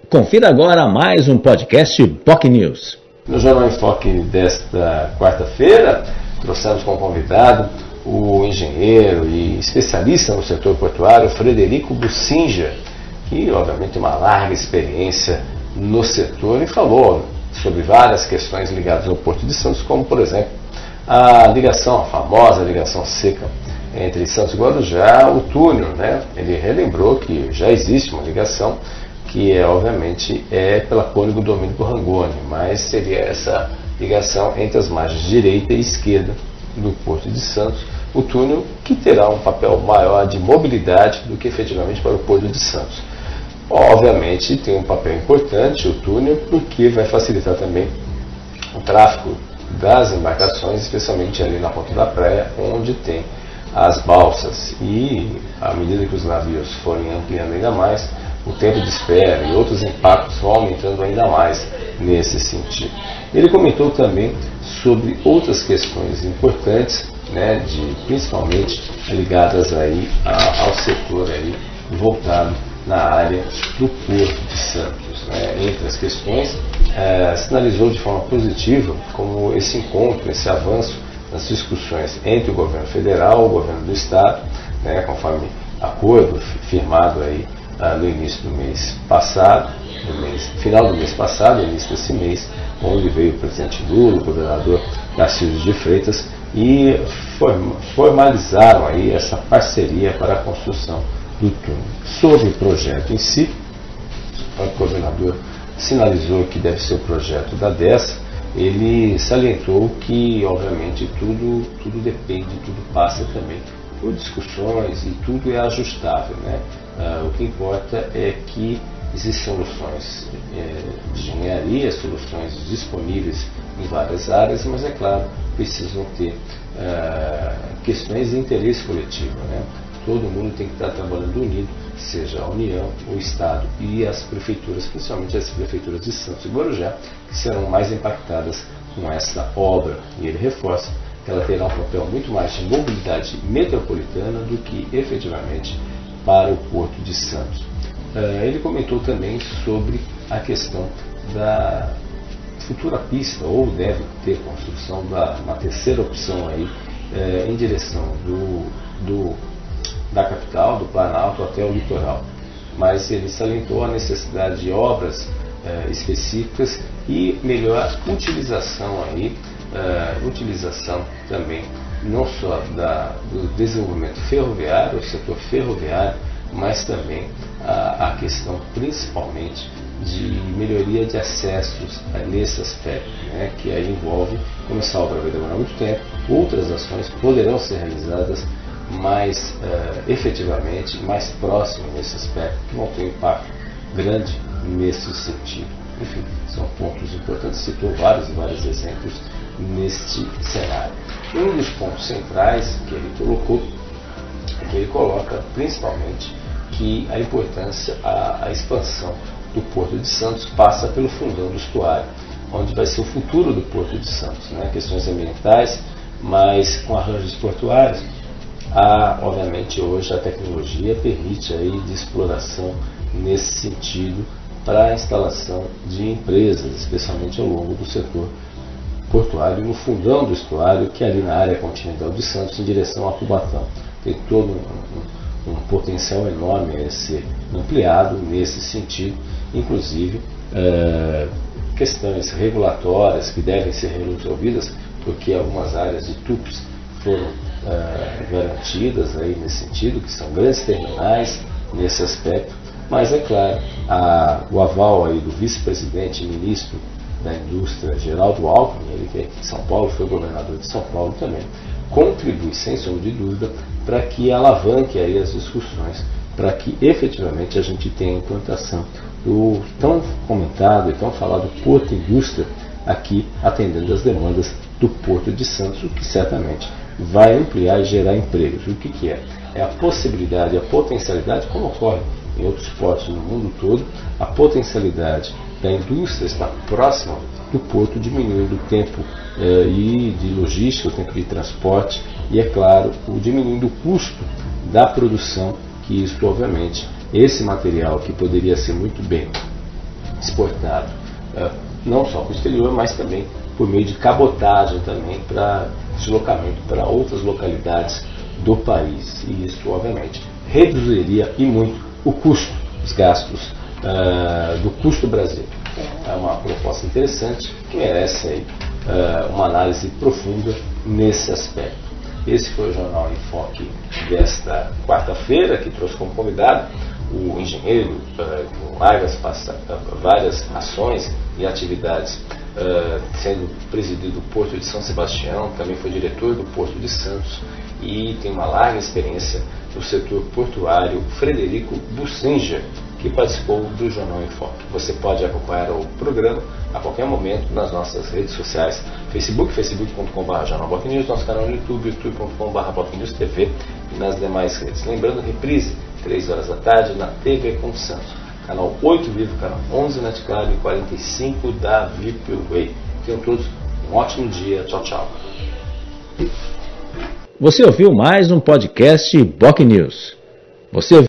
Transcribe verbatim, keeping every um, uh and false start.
Confira agora mais um podcast P O C News. No Jornal em Foque desta quarta-feira, trouxemos como convidado o engenheiro e especialista no setor portuário Frederico Bussinger, que obviamente tem uma larga experiência no setor e falou sobre várias questões ligadas ao Porto de Santos, como por exemplo a ligação, a famosa ligação seca entre Santos e Guarujá, o túnel, né? Ele relembrou que já existe uma ligação que é, obviamente é pela Cônego Domênico Rangoni, mas seria essa ligação entre as margens direita e esquerda do Porto de Santos, o túnel que terá um papel maior de mobilidade do que efetivamente para o Porto de Santos. Obviamente tem um papel importante o túnel, porque vai facilitar também o tráfego das embarcações, especialmente ali na ponta da praia, onde tem as balsas, e à medida que os navios forem ampliando ainda mais, o tempo de espera e outros impactos vão aumentando ainda mais nesse sentido. Ele comentou também sobre outras questões importantes, né, de, principalmente ligadas aí a, ao setor aí, voltado na área do Porto de Santos. Né. Entre as questões, é, sinalizou de forma positiva como esse encontro, esse avanço nas discussões entre o governo federal e o governo do estado, né, conforme acordo firmado aí ah, no início do mês passado, no mês, final do mês passado, início desse mês, onde veio o presidente Lula, o governador Tarcísio de Freitas, e formalizaram aí essa parceria para a construção do túnel. Sobre o projeto em si, o governador sinalizou que deve ser o projeto da DESA. Ele salientou que, obviamente, tudo, tudo depende, tudo passa também por discussões e tudo é ajustável, né? Ah, o que importa é que existem soluções é, de engenharia, soluções disponíveis em várias áreas, mas, é claro, precisam ter ah, questões de interesse coletivo, né? Todo mundo tem que estar trabalhando unido, seja a União, o Estado e as prefeituras, principalmente as prefeituras de Santos e Guarujá, que serão mais impactadas com essa obra. E ele reforça que ela terá um papel muito mais de mobilidade metropolitana do que efetivamente para o Porto de Santos. Ele comentou também sobre a questão da futura pista, ou deve ter construção da uma terceira opção aí, em direção do, do da capital, do Planalto até o litoral, mas ele salientou a necessidade de obras eh, específicas e melhor utilização aí, eh, utilização também não só da, do desenvolvimento ferroviário, o setor ferroviário, mas também a, a questão principalmente de melhoria de acessos eh, nesse aspecto, né, que aí envolve, como essa obra vai demorar muito tempo, outras ações poderão ser realizadas mais uh, efetivamente, mais próximo nesse aspecto, que vão ter um impacto grande nesse sentido. Enfim, são pontos importantes, citou vários e vários exemplos neste cenário. Um dos pontos centrais que ele colocou, é que ele coloca principalmente que a importância, a, a expansão do Porto de Santos passa pelo fundão do estuário, onde vai ser o futuro do Porto de Santos, né? Questões ambientais, mas com arranjos portuários. Há, obviamente, hoje a tecnologia permite aí de exploração nesse sentido para a instalação de empresas, especialmente ao longo do setor portuário, no fundão do estuário, que é ali na área continental de Santos, em direção a Cubatão. Tem todo um, um, um potencial enorme a ser ampliado nesse sentido, inclusive é, questões regulatórias que devem ser resolvidas, porque algumas áreas de tubos foram Uh, garantidas aí nesse sentido, que são grandes terminais nesse aspecto, mas é claro, a, o aval aí do vice-presidente e ministro da indústria, Geraldo Alckmin, ele que é de São Paulo, foi governador de São Paulo também, contribui sem sombra de dúvida para que alavanque aí as discussões, para que efetivamente a gente tenha a implantação do tão comentado e tão falado Porto Indústria aqui, atendendo as demandas do Porto de Santos, o que certamente vai ampliar e gerar empregos. O que, que é? É a possibilidade, a potencialidade, como ocorre em outros portos no mundo todo, a potencialidade da indústria estar próxima do porto, diminuindo o tempo eh, e de logística, o tempo de transporte e, é claro, o diminuindo o custo da produção, que isso, obviamente, esse material que poderia ser muito bem exportado uh, não só para o exterior, mas também por meio de cabotagem também para deslocamento para outras localidades do país. E isso, obviamente, reduziria e muito o custo, os gastos uh, do custo Brasil. É uma proposta interessante que merece aí, uh, uma análise profunda nesse aspecto. Esse foi o Jornal em Foque desta quarta-feira, que trouxe como convidado o engenheiro uh, com várias, várias ações e atividades, uh, sendo presidido do Porto de São Sebastião, também foi diretor do Porto de Santos e tem uma larga experiência no setor portuário, Frederico Bussinger, que participou do Jornal em Foque. Você pode acompanhar o programa a qualquer momento nas nossas redes sociais, Facebook, facebook ponto com barra jornal boc news, nosso canal no YouTube, youtube ponto com barra boc news T V e nas demais redes. Lembrando, reprise, três horas da tarde, na T V com Santos, canal oito Vivo, canal onze NetClub e quarenta e cinco da V I P Way. Tenham todos um ótimo dia. Tchau, tchau. Você ouviu mais um podcast Boc News. Você